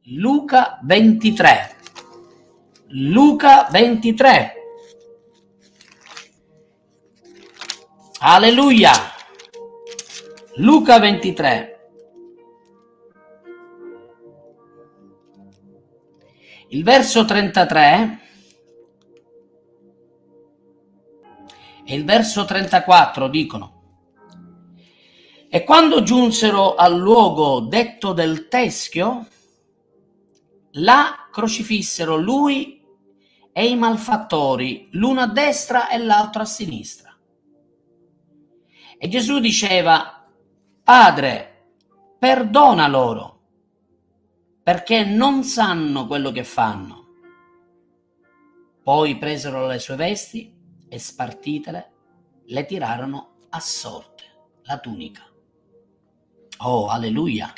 Luca 23. Luca 23. Alleluia. Luca 23. Il verso 33 e il verso 34 dicono: e quando giunsero al luogo detto del Teschio, là crocifissero lui e i malfattori, l'uno a destra e l'altro a sinistra. E Gesù diceva: Padre, perdona loro, perché non sanno quello che fanno. Poi presero le sue vesti e, spartitele, le tirarono a sorte, la tunica. Oh, alleluia!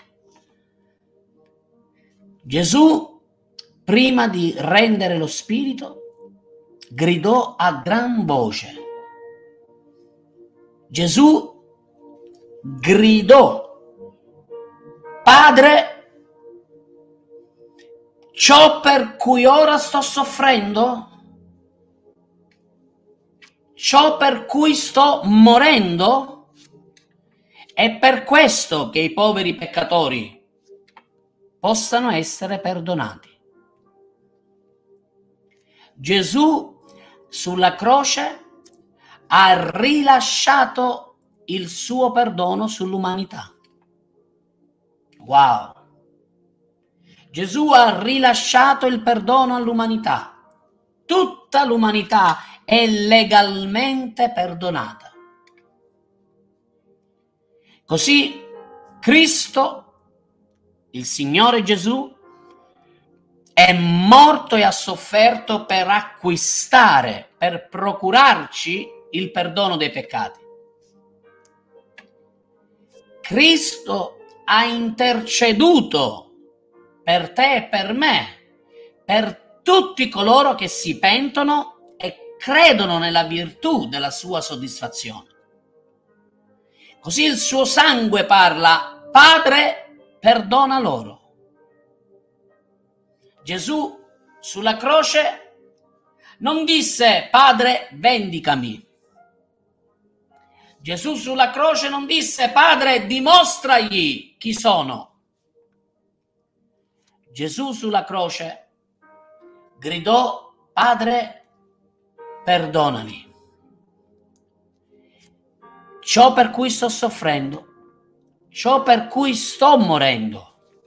Gesù, prima di rendere lo spirito, gridò a gran voce. Gesù gridò: Padre, ciò per cui ora sto soffrendo, ciò per cui sto morendo, è per questo che i poveri peccatori possano essere perdonati. Gesù sulla croce ha rilasciato il suo perdono sull'umanità. Wow! Gesù ha rilasciato il perdono all'umanità. Tutta l'umanità è legalmente perdonata. Così Cristo, il Signore Gesù, è morto e ha sofferto per acquistare, per procurarci il perdono dei peccati. Cristo ha interceduto per te e per me, per tutti coloro che si pentono e credono nella virtù della sua soddisfazione. Così il suo sangue parla: Padre, perdona loro. Gesù sulla croce non disse: Padre, vendicami. Gesù sulla croce non disse: Padre, dimostragli chi sono. Gesù sulla croce gridò: Padre, perdonami. Ciò per cui sto soffrendo, ciò per cui sto morendo,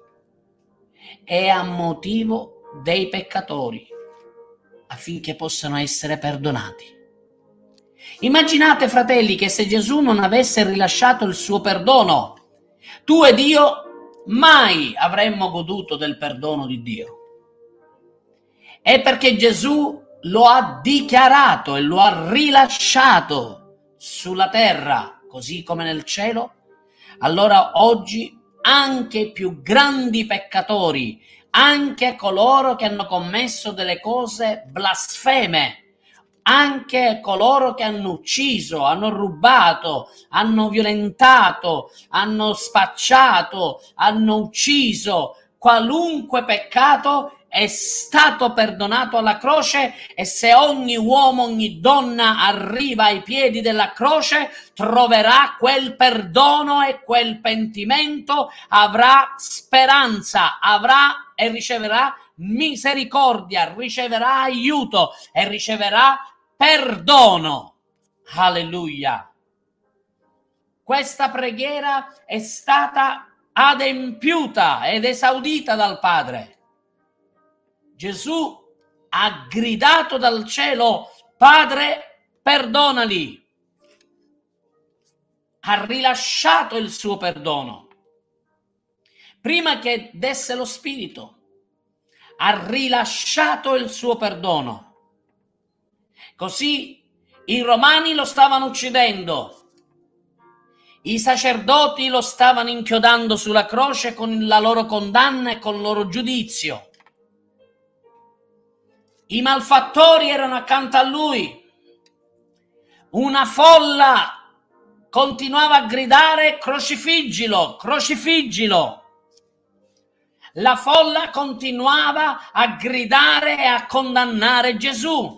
è a motivo dei peccatori, affinché possano essere perdonati. Immaginate, fratelli, che se Gesù non avesse rilasciato il suo perdono, tu ed io mai avremmo goduto del perdono di Dio. È perché Gesù lo ha dichiarato e lo ha rilasciato sulla terra, così come nel cielo. Allora oggi anche i più grandi peccatori, anche coloro che hanno commesso delle cose blasfeme, anche coloro che hanno ucciso, hanno rubato, hanno violentato, hanno spacciato, hanno ucciso, qualunque peccato è stato perdonato alla croce. E se ogni uomo, ogni donna arriva ai piedi della croce, troverà quel perdono e quel pentimento, avrà speranza, avrà e riceverà misericordia, riceverà aiuto e riceverà perdono. Alleluia! Questa preghiera è stata adempiuta ed esaudita dal Padre. Gesù ha gridato dal cielo: Padre, perdonali. Ha rilasciato il suo perdono. Prima che desse lo Spirito, ha rilasciato il suo perdono. Così i romani lo stavano uccidendo, i sacerdoti lo stavano inchiodando sulla croce con la loro condanna e con il loro giudizio. I malfattori erano accanto a lui. Una folla continuava a gridare: crocifiggilo, crocifiggilo. La folla continuava a gridare e a condannare Gesù.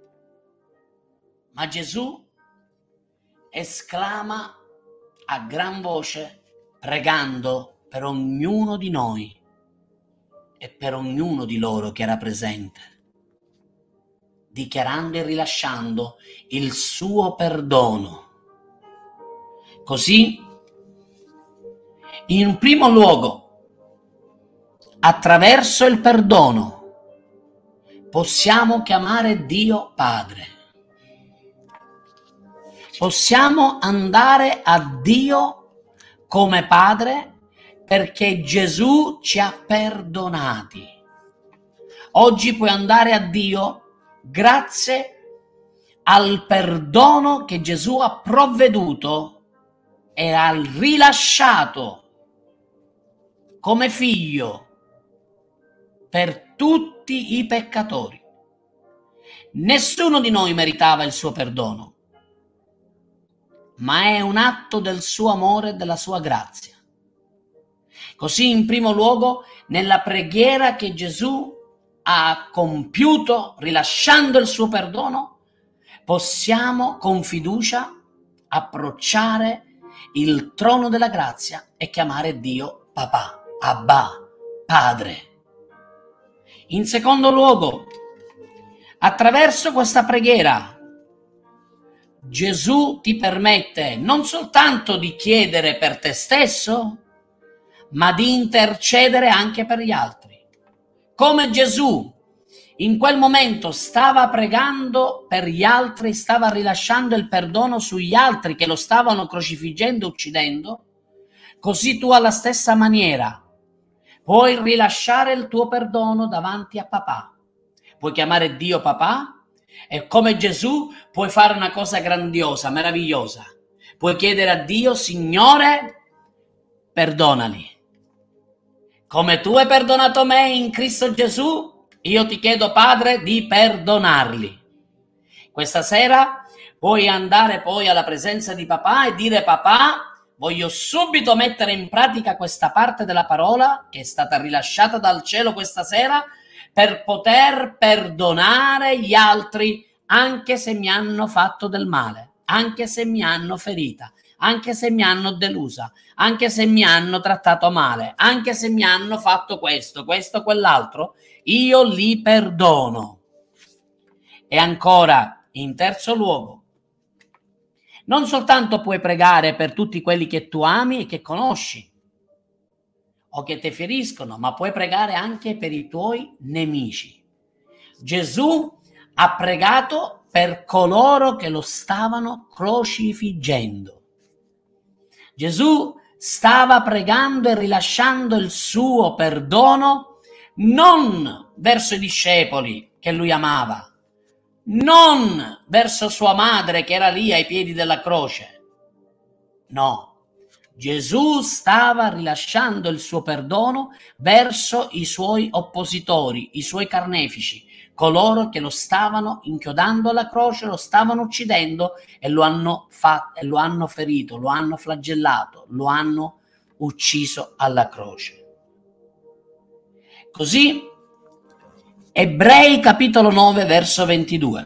Ma Gesù esclama a gran voce, pregando per ognuno di noi e per ognuno di loro che era presente, dichiarando e rilasciando il suo perdono. Così, in primo luogo, attraverso il perdono, possiamo chiamare Dio Padre. Possiamo andare a Dio come Padre perché Gesù ci ha perdonati. Oggi puoi andare a Dio grazie al perdono che Gesù ha provveduto e ha rilasciato come figlio per tutti i peccatori. Nessuno di noi meritava il suo perdono, ma è un atto del suo amore e della sua grazia. Così, in primo luogo, nella preghiera che Gesù ha compiuto rilasciando il suo perdono, possiamo con fiducia approcciare il trono della grazia e chiamare Dio papà, Abba, Padre. In secondo luogo, attraverso questa preghiera, Gesù ti permette non soltanto di chiedere per te stesso, ma di intercedere anche per gli altri. Come Gesù in quel momento stava pregando per gli altri, stava rilasciando il perdono sugli altri che lo stavano crocifiggendo e uccidendo, così tu alla stessa maniera puoi rilasciare il tuo perdono davanti a papà. Puoi chiamare Dio papà e come Gesù puoi fare una cosa grandiosa, meravigliosa. Puoi chiedere a Dio, Signore, perdonali. Come tu hai perdonato me in Cristo Gesù, io ti chiedo, Padre, di perdonarli. Questa sera puoi andare poi alla presenza di papà e dire, papà, voglio subito mettere in pratica questa parte della parola che è stata rilasciata dal cielo questa sera per poter perdonare gli altri anche se mi hanno fatto del male, anche se mi hanno ferita, anche se mi hanno delusa, anche se mi hanno trattato male, anche se mi hanno fatto questo, quell'altro, io li perdono. E ancora, in terzo luogo, non soltanto puoi pregare per tutti quelli che tu ami e che conosci o che ti feriscono, ma puoi pregare anche per i tuoi nemici. Gesù ha pregato per coloro che lo stavano crocifiggendo. Gesù stava pregando e rilasciando il suo perdono non verso i discepoli che lui amava, non verso sua madre che era lì ai piedi della croce. No, Gesù stava rilasciando il suo perdono verso i suoi oppositori, i suoi carnefici, coloro che lo stavano inchiodando alla croce, lo stavano uccidendo e lo hanno ferito, lo hanno flagellato, lo hanno ucciso alla croce. Così, Ebrei capitolo 9 verso 22.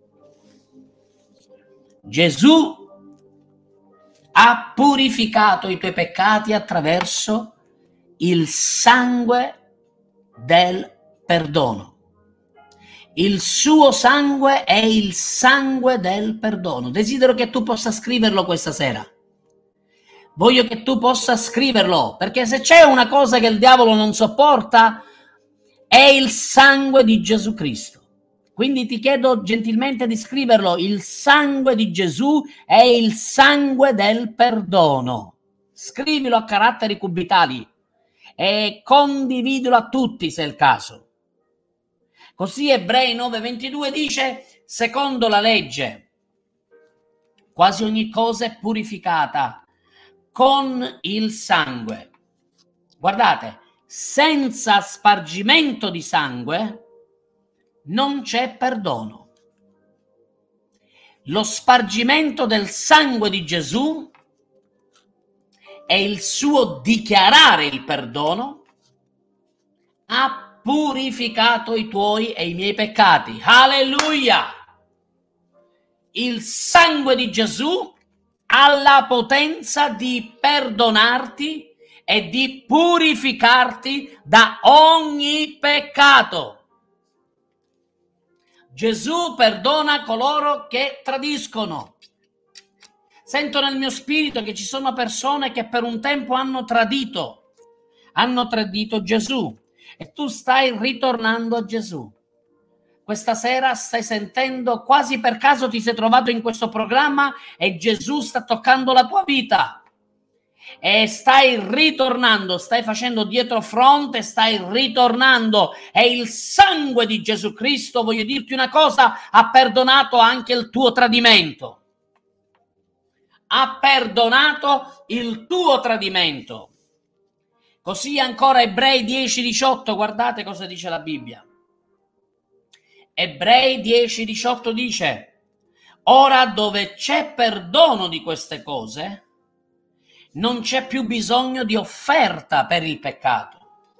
Gesù ha purificato i tuoi peccati attraverso il sangue del perdono. Il suo sangue è il sangue del perdono. Desidero che tu possa scriverlo questa sera. Voglio che tu possa scriverlo, perché se c'è una cosa che il diavolo non sopporta, è il sangue di Gesù Cristo. Quindi ti chiedo gentilmente di scriverlo. Il sangue di Gesù è il sangue del perdono. Scrivilo a caratteri cubitali e condividilo a tutti se è il caso. Così Ebrei 9:22 dice, secondo la legge, quasi ogni cosa è purificata con il sangue. Guardate, senza spargimento di sangue non c'è perdono. Lo spargimento del sangue di Gesù è il suo dichiarare il perdono ha purificato i tuoi e i miei peccati. Alleluia! Il sangue di Gesù ha la potenza di perdonarti e di purificarti da ogni peccato. Gesù perdona coloro che tradiscono. Sento nel mio spirito che ci sono persone che per un tempo hanno tradito Gesù, e tu stai ritornando a Gesù. Questa sera stai sentendo, quasi per caso ti sei trovato in questo programma e Gesù sta toccando la tua vita e stai ritornando, stai facendo dietro fronte, stai ritornando, e il sangue di Gesù Cristo, voglio dirti una cosa, ha perdonato anche il tuo tradimento. Ha perdonato il tuo tradimento. Così ancora Ebrei 10:18, guardate cosa dice la Bibbia. Ebrei 10:18 dice: ora dove c'è perdono di queste cose, non c'è più bisogno di offerta per il peccato.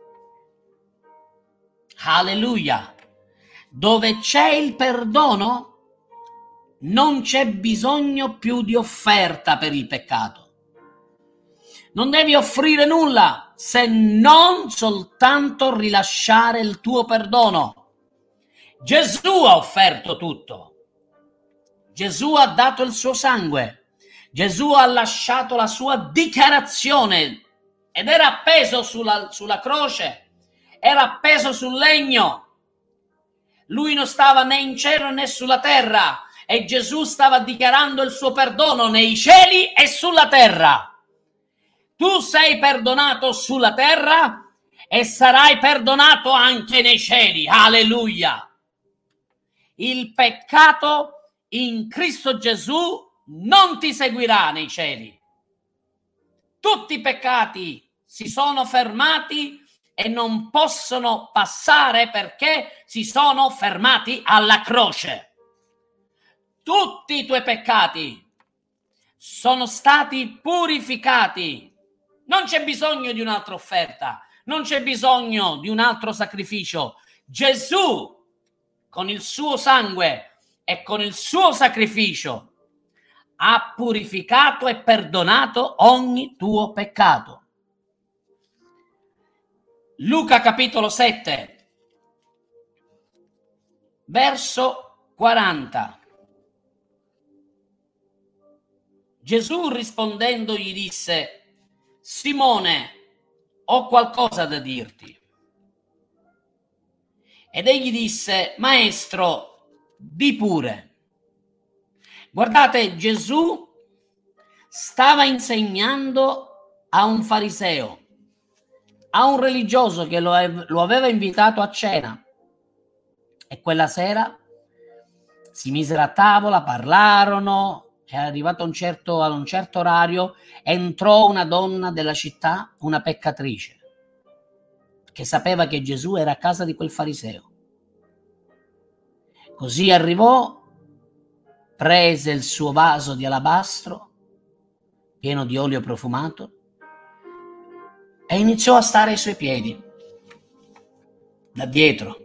Alleluia! Dove c'è il perdono, non c'è bisogno più di offerta per il peccato. Non devi offrire nulla se non soltanto rilasciare il tuo perdono. Gesù ha offerto tutto. Gesù ha dato il suo sangue. Gesù ha lasciato la sua dichiarazione ed era appeso sulla croce, era appeso sul legno. Lui non stava né in cielo né sulla terra, e Gesù stava dichiarando il suo perdono nei cieli e sulla terra. Tu sei perdonato sulla terra e sarai perdonato anche nei cieli. Alleluia! Il peccato in Cristo Gesù non ti seguirà nei cieli. Tutti i peccati si sono fermati e non possono passare perché si sono fermati alla croce. Tutti i tuoi peccati sono stati purificati. Non c'è bisogno di un'altra offerta, non c'è bisogno di un altro sacrificio. Gesù, con il suo sangue e con il suo sacrificio, ha purificato e perdonato ogni tuo peccato. Luca capitolo 7, verso 40. Gesù rispondendo gli disse: Simone, ho qualcosa da dirti. Ed egli disse: Maestro, di pure. Guardate, Gesù stava insegnando a un fariseo, a un religioso che lo aveva invitato a cena, e quella sera si misero a tavola, parlarono. È arrivato a un certo orario, entrò una donna della città, una peccatrice, che sapeva che Gesù era a casa di quel fariseo. Così arrivò, prese il suo vaso di alabastro pieno di olio profumato e iniziò a stare ai suoi piedi da dietro.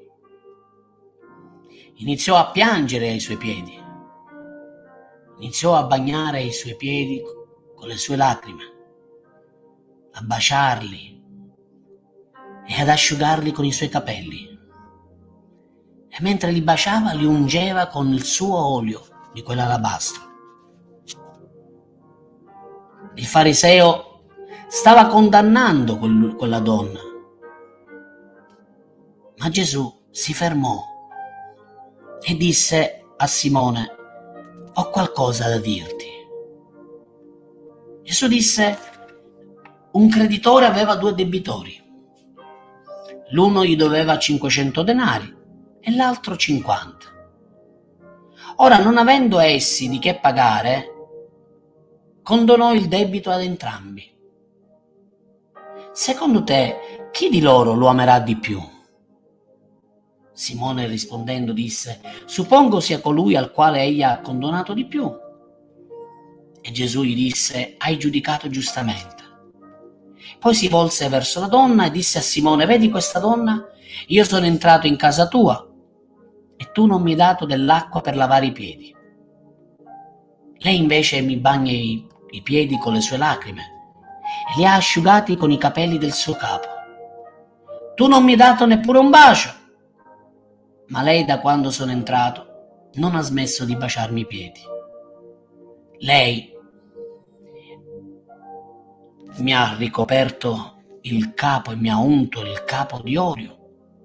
Iniziò a piangere ai suoi piedi. Iniziò a bagnare i suoi piedi con le sue lacrime, a baciarli e ad asciugarli con i suoi capelli. E mentre li baciava, li ungeva con il suo olio di quell'alabastro. Il fariseo stava condannando quella donna, ma Gesù si fermò e disse a Simone: ho qualcosa da dirti. Gesù disse: un creditore aveva 2 debitori. L'uno gli doveva 500 denari e l'altro 50. Ora, non avendo essi di che pagare, condonò il debito ad entrambi. Secondo te, chi di loro lo amerà di più? Simone rispondendo disse: suppongo sia colui al quale egli ha condonato di più. E Gesù gli disse: hai giudicato giustamente. Poi si volse verso la donna e disse a Simone: vedi questa donna? Io sono entrato in casa tua e tu non mi hai dato dell'acqua per lavare i piedi. Lei invece mi bagna i piedi con le sue lacrime e li ha asciugati con i capelli del suo capo. Tu non mi hai dato neppure un bacio. Ma lei, da quando sono entrato, non ha smesso di baciarmi i piedi. Lei mi ha ricoperto il capo e mi ha unto il capo di olio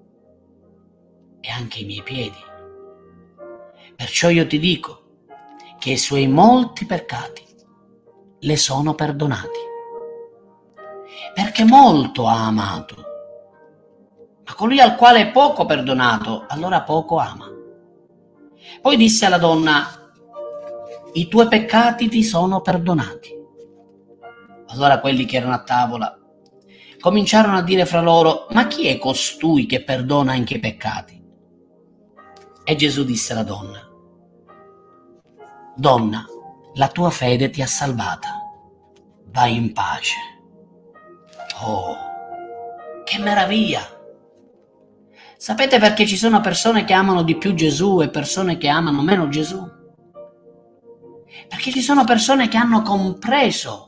e anche i miei piedi. Perciò io ti dico che i suoi molti peccati le sono perdonati, perché molto ha amato. Ma colui al quale è poco perdonato, allora poco ama. Poi disse alla donna: i tuoi peccati ti sono perdonati. Allora quelli che erano a tavola cominciarono a dire fra loro: ma chi è costui che perdona anche i peccati? E Gesù disse alla donna: donna, la tua fede ti ha salvata, vai in pace. Oh, che meraviglia! Sapete perché ci sono persone che amano di più Gesù e persone che amano meno Gesù? Perché ci sono persone che hanno compreso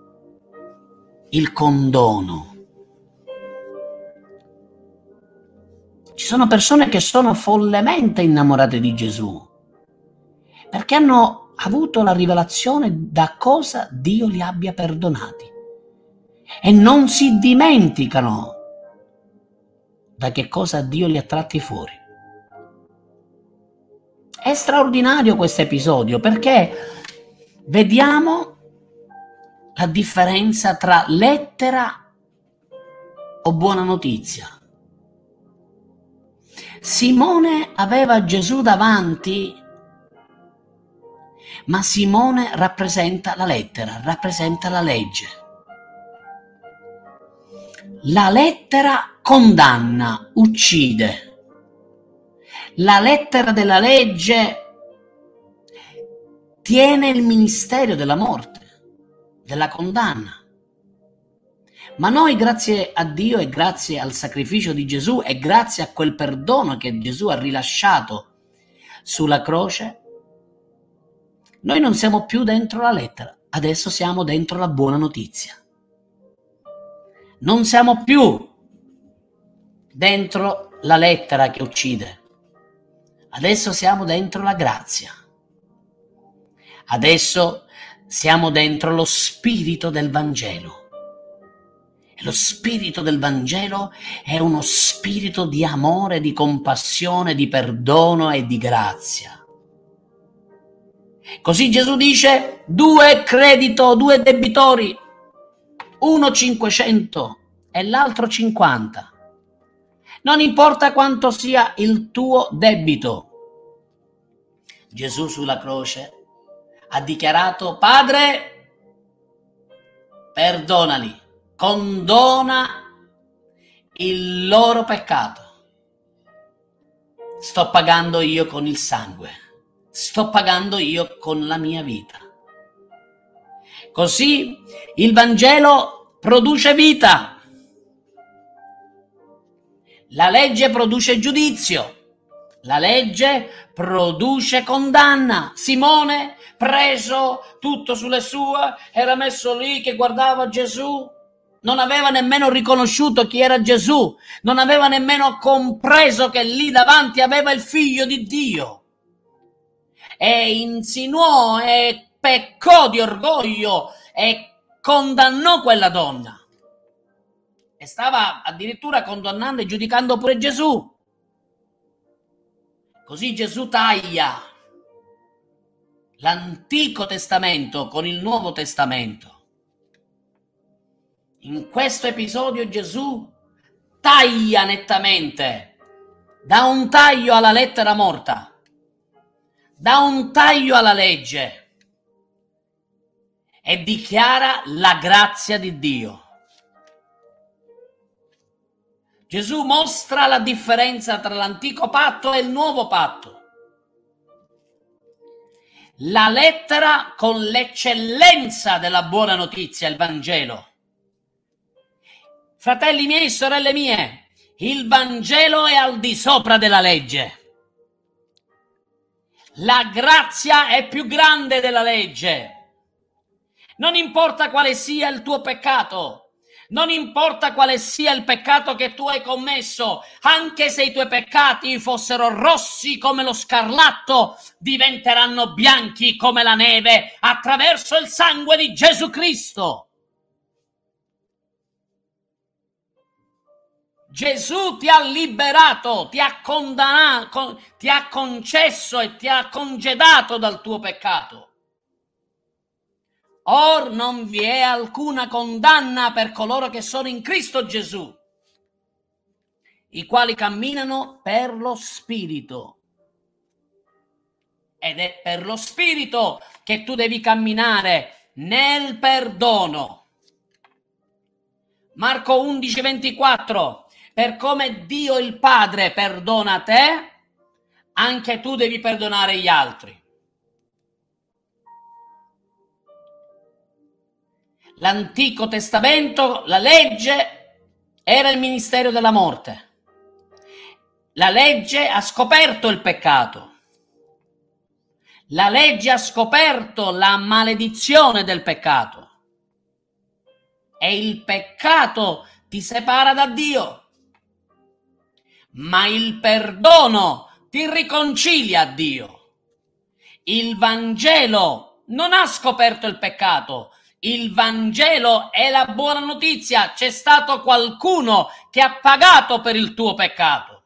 il condono. Ci sono persone che sono follemente innamorate di Gesù perché hanno avuto la rivelazione da cosa Dio li abbia perdonati e non si dimenticano da che cosa Dio li ha tratti fuori. È straordinario questo episodio perché vediamo la differenza tra lettera o buona notizia. Simone aveva Gesù davanti, ma Simone rappresenta la lettera, rappresenta la legge. La lettera condanna, uccide. La lettera della legge tiene il ministero della morte, della condanna. Ma noi, grazie a Dio e grazie al sacrificio di Gesù e grazie a quel perdono che Gesù ha rilasciato sulla croce, noi non siamo più dentro la lettera, adesso siamo dentro la buona notizia. Non siamo più dentro la lettera che uccide, adesso siamo dentro la grazia. Adesso siamo dentro lo spirito del Vangelo. E lo spirito del Vangelo è uno spirito di amore, di compassione, di perdono e di grazia. Così Gesù dice: due debitori, uno 500 e l'altro 50. Non importa quanto sia il tuo debito. Gesù sulla croce ha dichiarato: Padre, perdonali, condona il loro peccato. Sto pagando io con il sangue, sto pagando io con la mia vita. Così il Vangelo produce vita. La legge produce giudizio. La legge produce condanna. Simone, preso tutto sulle sue, era messo lì che guardava Gesù. Non aveva nemmeno riconosciuto chi era Gesù. Non aveva nemmeno compreso che lì davanti aveva il figlio di Dio. E insinuò e peccò di orgoglio e condannò quella donna. E stava addirittura condannando e giudicando pure Gesù. Così Gesù taglia l'Antico Testamento con il Nuovo Testamento. In questo episodio Gesù taglia nettamente, dà un taglio alla lettera morta, dà un taglio alla legge e dichiara la grazia di Dio. Gesù mostra la differenza tra l'antico patto e il nuovo patto. La lettera con l'eccellenza della buona notizia, il Vangelo, Fratelli miei e sorelle mie, il Vangelo è al di sopra della legge. La grazia è più grande della legge. Non importa quale sia il tuo peccato, non importa quale sia il peccato che tu hai commesso, anche se i tuoi peccati fossero rossi come lo scarlatto, diventeranno bianchi come la neve attraverso il sangue di Gesù Cristo. Gesù ti ha liberato, ti ha condannato, ti ha concesso e ti ha congedato dal tuo peccato. Or non vi è alcuna condanna per coloro che sono in Cristo Gesù, i quali camminano per lo Spirito. Ed è per lo Spirito che tu devi camminare nel perdono. Marco 11:24. Per come Dio il Padre perdona te, anche tu devi perdonare gli altri. L'Antico Testamento, la legge, era il ministero della morte. La legge ha scoperto il peccato. La legge ha scoperto la maledizione del peccato. E il peccato ti separa da Dio. Ma il perdono ti riconcilia a Dio. Il Vangelo non ha scoperto il peccato. Il Vangelo è la buona notizia. C'è stato qualcuno che ha pagato per il tuo peccato.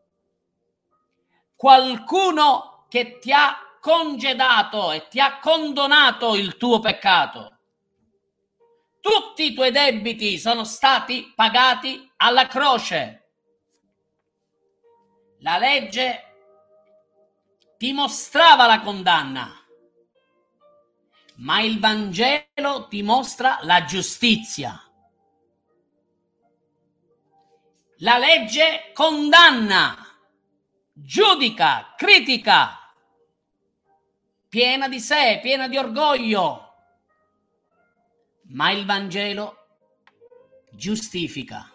Qualcuno che ti ha congedato e ti ha condonato il tuo peccato. Tutti i tuoi debiti sono stati pagati alla croce. La legge ti mostrava la condanna, ma il Vangelo ti mostra la giustizia. La legge condanna, giudica, critica, piena di sé, piena di orgoglio, ma il Vangelo giustifica.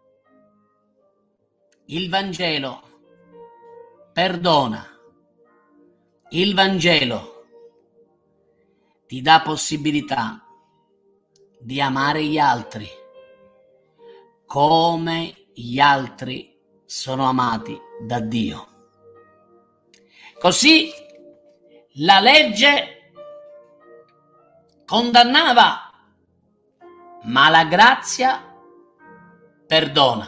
Il Vangelo perdona. Il Vangelo ti dà possibilità di amare gli altri come gli altri sono amati da Dio. Così la legge condannava, ma la grazia perdona.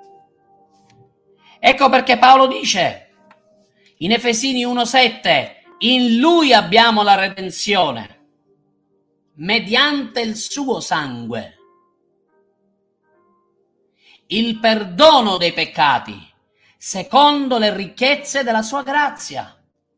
Ecco perché Paolo dice in Efesini 1,7: in Lui abbiamo la redenzione mediante il suo sangue, il perdono dei peccati secondo le ricchezze della sua grazia.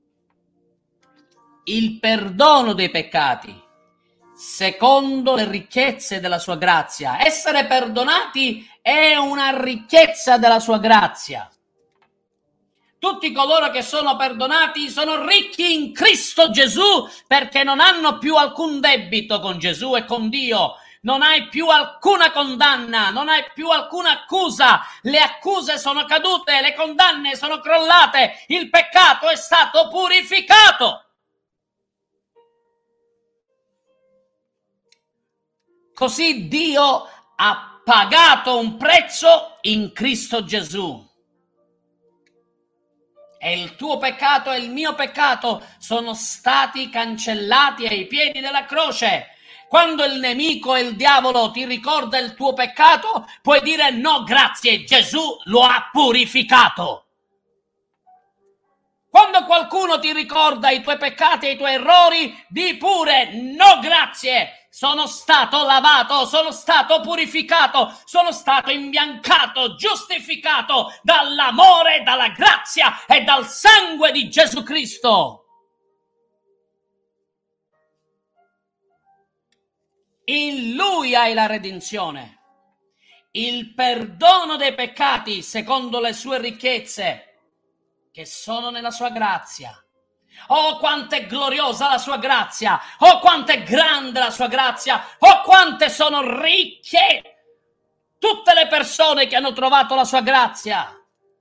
Il perdono dei peccati secondo le ricchezze della sua grazia. Essere perdonati è una ricchezza della sua grazia. Tutti coloro che sono perdonati sono ricchi in Cristo Gesù, perché non hanno più alcun debito con Gesù e con Dio. Non hai più alcuna condanna, non hai più alcuna accusa. Le accuse sono cadute, le condanne sono crollate, il peccato è stato purificato. Così Dio ha pagato un prezzo in Cristo Gesù. E il tuo peccato e il mio peccato sono stati cancellati ai piedi della croce. Quando il nemico e il diavolo ti ricorda il tuo peccato, puoi dire no, grazie, Gesù lo ha purificato. Quando qualcuno ti ricorda i tuoi peccati e i tuoi errori, di pure no, grazie. Sono stato lavato, sono stato purificato, sono stato imbiancato, giustificato dall'amore, dalla grazia e dal sangue di Gesù Cristo. In Lui hai la redenzione, il perdono dei peccati secondo le sue ricchezze che sono nella sua grazia. Oh, quanto è gloriosa la sua grazia! Oh, quanto è grande la sua grazia! Oh, quante sono ricche tutte le persone che hanno trovato la sua grazia.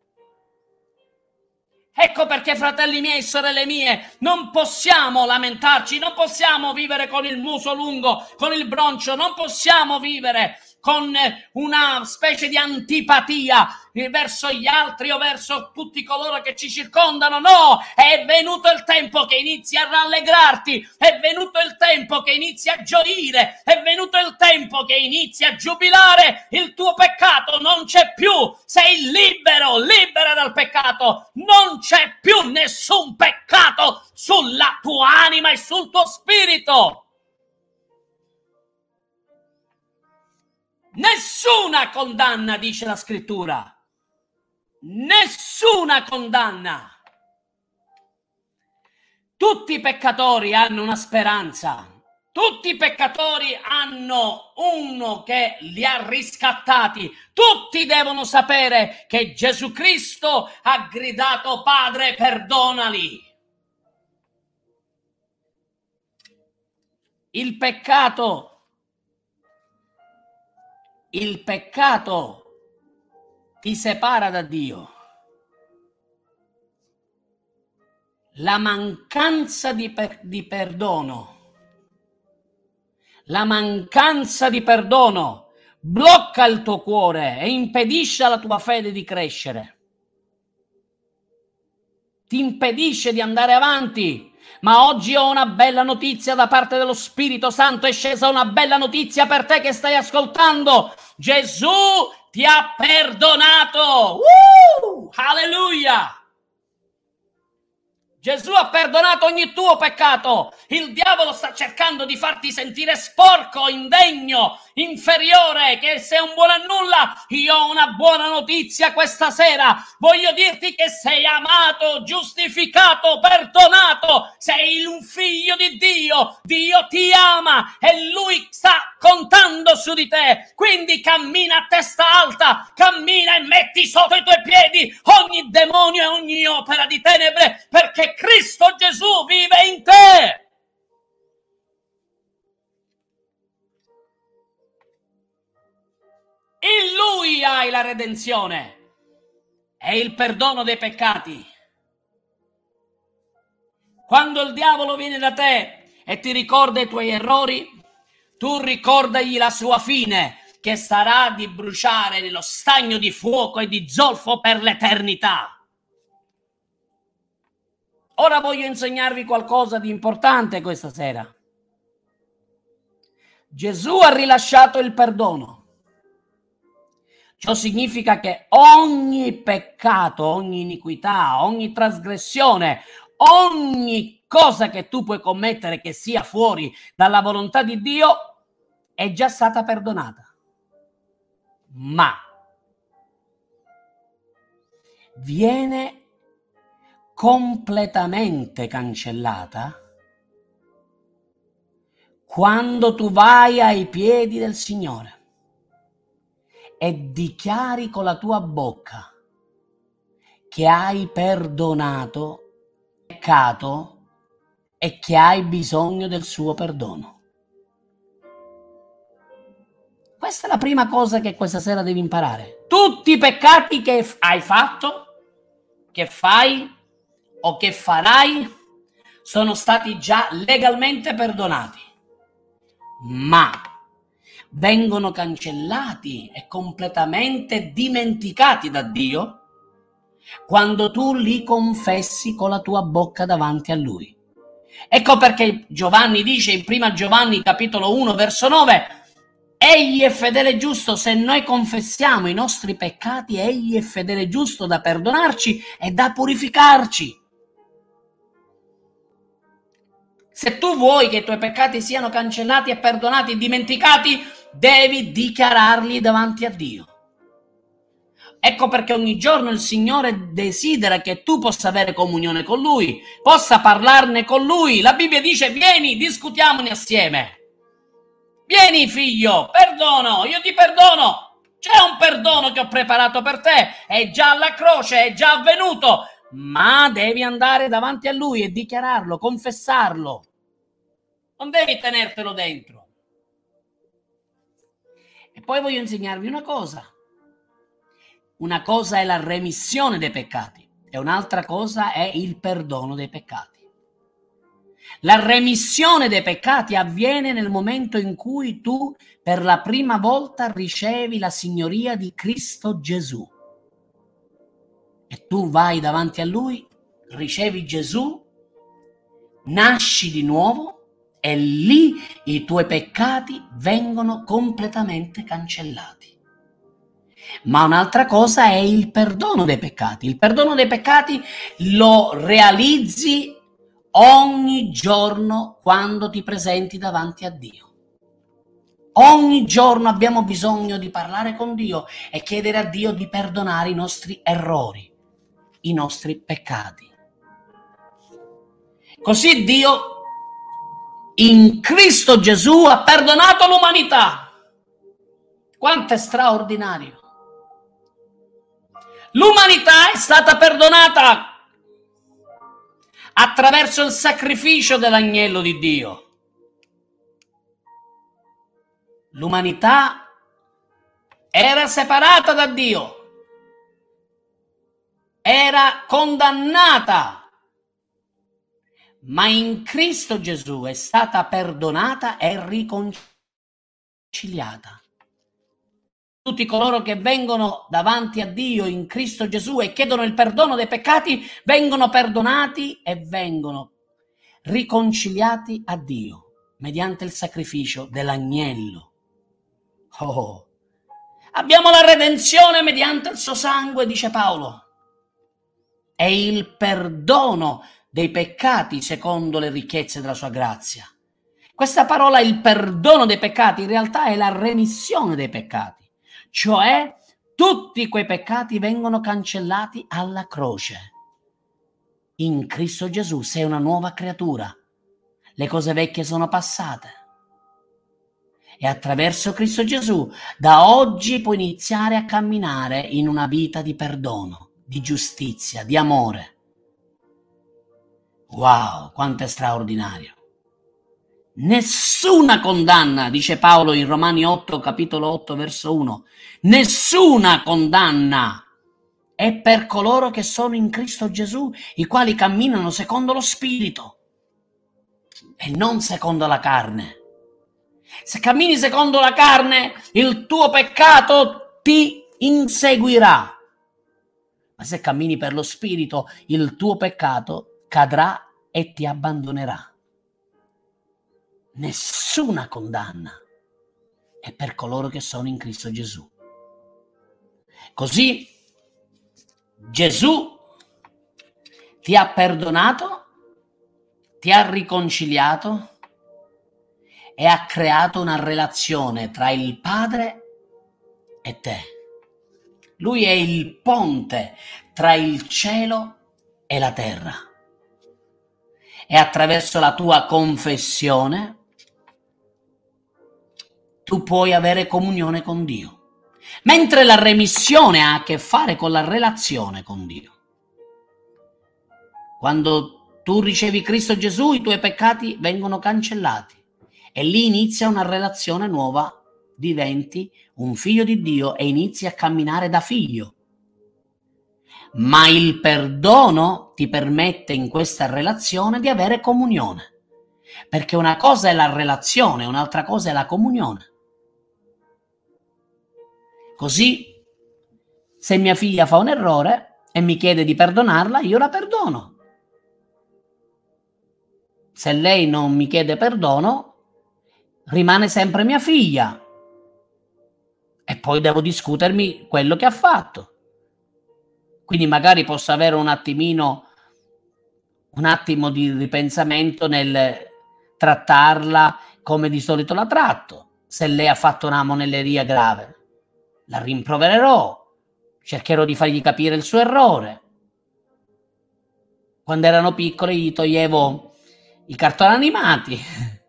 Ecco perché, fratelli miei e sorelle mie, non possiamo lamentarci, non possiamo vivere con il muso lungo, con il broncio, non possiamo vivere con una specie di antipatia verso gli altri o verso tutti coloro che ci circondano. No, è venuto il tempo che inizi a rallegrarti, è venuto il tempo che inizi a gioire, è venuto il tempo che inizi a giubilare. Il tuo peccato non c'è più, sei libero, libera dal peccato, non c'è più nessun peccato sulla tua anima e sul tuo spirito. Nessuna condanna, dice la scrittura. Nessuna condanna. Tutti i peccatori hanno una speranza. Tutti i peccatori hanno uno che li ha riscattati. Tutti devono sapere che Gesù Cristo ha gridato: Padre, perdonali. Il peccato ti separa da Dio. La mancanza di perdono, la mancanza di perdono blocca il tuo cuore e impedisce alla tua fede di crescere. Ti impedisce di andare avanti. Ma oggi ho una bella notizia da parte dello Spirito Santo, è scesa una bella notizia per te che stai ascoltando. Gesù ti ha perdonato. Alleluia! Gesù ha perdonato ogni tuo peccato. Il diavolo sta cercando di farti sentire sporco, indegno, inferiore, che sei un buono a nulla. Io ho una buona notizia questa sera. Voglio dirti che sei amato, giustificato, perdonato. Sei un figlio di Dio. Dio ti ama e Lui sta contando su di te. Quindi cammina a testa alta, cammina e metti sotto i tuoi piedi ogni demonio e ogni opera di tenebre, perché Cristo Gesù vive in te. In Lui hai la redenzione e il perdono dei peccati. Quando il diavolo viene da te e ti ricorda i tuoi errori, tu ricordagli la sua fine, che sarà di bruciare nello stagno di fuoco e di zolfo per l'eternità. Ora voglio insegnarvi qualcosa di importante questa sera. Gesù ha rilasciato il perdono. Ciò significa che ogni peccato, ogni iniquità, ogni trasgressione, ogni cosa che tu puoi commettere che sia fuori dalla volontà di Dio è già stata perdonata. Ma viene completamente cancellata quando tu vai ai piedi del Signore e dichiari con la tua bocca che hai perdonato il peccato e che hai bisogno del suo perdono. Questa è la prima cosa che questa sera devi imparare. Tutti i peccati che hai fatto, che fai o che farai sono stati già legalmente perdonati, ma vengono cancellati e completamente dimenticati da Dio quando tu li confessi con la tua bocca davanti a Lui. Ecco perché Giovanni dice in 1 Giovanni capitolo 1 verso 9: Egli è fedele e giusto, se noi confessiamo i nostri peccati, Egli è fedele e giusto da perdonarci e da purificarci. Se tu vuoi che i tuoi peccati siano cancellati e perdonati e dimenticati, devi dichiararli davanti a Dio. Ecco perché ogni giorno il Signore desidera che tu possa avere comunione con Lui, possa parlarne con Lui. La Bibbia dice: vieni, discutiamone assieme. Vieni figlio, perdono, io ti perdono. C'è un perdono che ho preparato per te, è già alla croce, è già avvenuto, ma devi andare davanti a Lui e dichiararlo, confessarlo. Non devi tenertelo dentro. E poi voglio insegnarvi una cosa. Una cosa è la remissione dei peccati e un'altra cosa è il perdono dei peccati. La remissione dei peccati avviene nel momento in cui tu per la prima volta ricevi la signoria di Cristo Gesù. E tu vai davanti a Lui, ricevi Gesù, nasci di nuovo e lì i tuoi peccati vengono completamente cancellati. Ma un'altra cosa è il perdono dei peccati. Il perdono dei peccati lo realizzi ogni giorno quando ti presenti davanti a Dio. Ogni giorno abbiamo bisogno di parlare con Dio e chiedere a Dio di perdonare i nostri errori, i nostri peccati. Così Dio in Cristo Gesù ha perdonato l'umanità. Quanto è straordinario! L'umanità è stata perdonata attraverso il sacrificio dell'agnello di Dio. L'umanità era separata da Dio, era condannata, ma in Cristo Gesù è stata perdonata e riconciliata. Tutti coloro che vengono davanti a Dio in Cristo Gesù e chiedono il perdono dei peccati vengono perdonati e vengono riconciliati a Dio mediante il sacrificio dell'agnello. Oh, abbiamo la redenzione mediante il suo sangue, dice Paolo, e il perdono dei peccati secondo le ricchezze della sua grazia. Questa parola, il perdono dei peccati, in realtà è la remissione dei peccati, cioè tutti quei peccati vengono cancellati alla croce. In Cristo Gesù sei una nuova creatura, le cose vecchie sono passate. E attraverso Cristo Gesù da oggi puoi iniziare a camminare in una vita di perdono, di giustizia, di amore. Wow, quanto è straordinario! Nessuna condanna, dice Paolo in Romani 8, capitolo 8, verso 1, nessuna condanna è per coloro che sono in Cristo Gesù, i quali camminano secondo lo Spirito e non secondo la carne. Se cammini secondo la carne, il tuo peccato ti inseguirà. Ma se cammini per lo Spirito, il tuo peccato cadrà e ti abbandonerà. Nessuna condanna è per coloro che sono in Cristo Gesù. Così Gesù ti ha perdonato, ti ha riconciliato e ha creato una relazione tra il Padre e te. Lui è il ponte tra il cielo e la terra. E attraverso la tua confessione tu puoi avere comunione con Dio. Mentre la remissione ha a che fare con la relazione con Dio. Quando tu ricevi Cristo Gesù, i tuoi peccati vengono cancellati e lì inizia una relazione nuova, diventi un figlio di Dio e inizi a camminare da figlio. Ma il perdono ti permette in questa relazione di avere comunione, perché una cosa è la relazione, un'altra cosa è la comunione. Così, se mia figlia fa un errore e mi chiede di perdonarla, io la perdono. Se lei non mi chiede perdono, rimane sempre mia figlia e poi devo discutermi quello che ha fatto. Quindi magari posso avere un attimo di ripensamento nel trattarla come di solito la tratto. Se lei ha fatto una monelleria grave, la rimprovererò, cercherò di fargli capire il suo errore. Quando erano piccoli gli toglievo i cartoni animati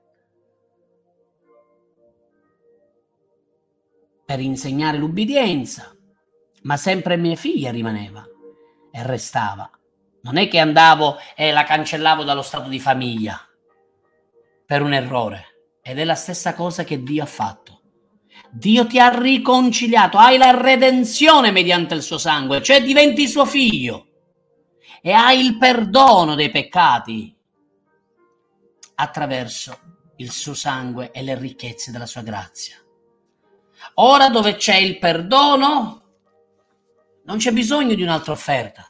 per insegnare l'ubbidienza, ma sempre mia figlia rimaneva e restava. Non è che andavo e la cancellavo dallo stato di famiglia per un errore. Ed è la stessa cosa che Dio ha fatto. Dio ti ha riconciliato, hai la redenzione mediante il suo sangue, cioè diventi suo figlio e hai il perdono dei peccati attraverso il suo sangue e le ricchezze della sua grazia. Ora dove c'è il perdono non c'è bisogno di un'altra offerta.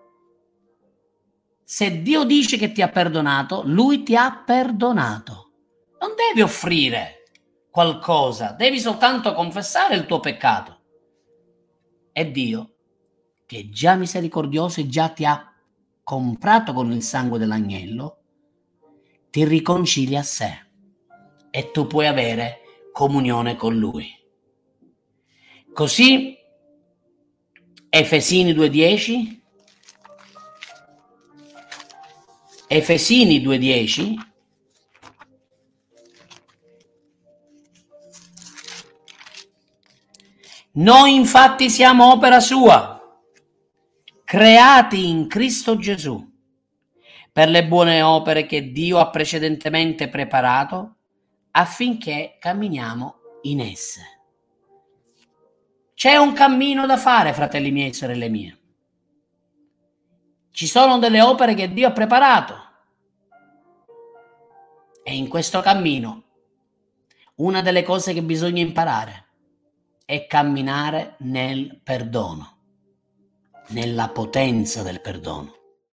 Se Dio dice che ti ha perdonato, Lui ti ha perdonato. Non devi offrire qualcosa, devi soltanto confessare il tuo peccato. E Dio, che è già misericordioso e già ti ha comprato con il sangue dell'agnello, ti riconcilia a sé e tu puoi avere comunione con Lui. Così Efesini 2:10 Efesini 2:10 noi infatti siamo opera sua, creati in Cristo Gesù, per le buone opere che Dio ha precedentemente preparato affinché camminiamo in esse. C'è un cammino da fare, fratelli miei e sorelle mie. Ci sono delle opere che Dio ha preparato e in questo cammino una delle cose che bisogna imparare è camminare nel perdono, nella potenza del perdono.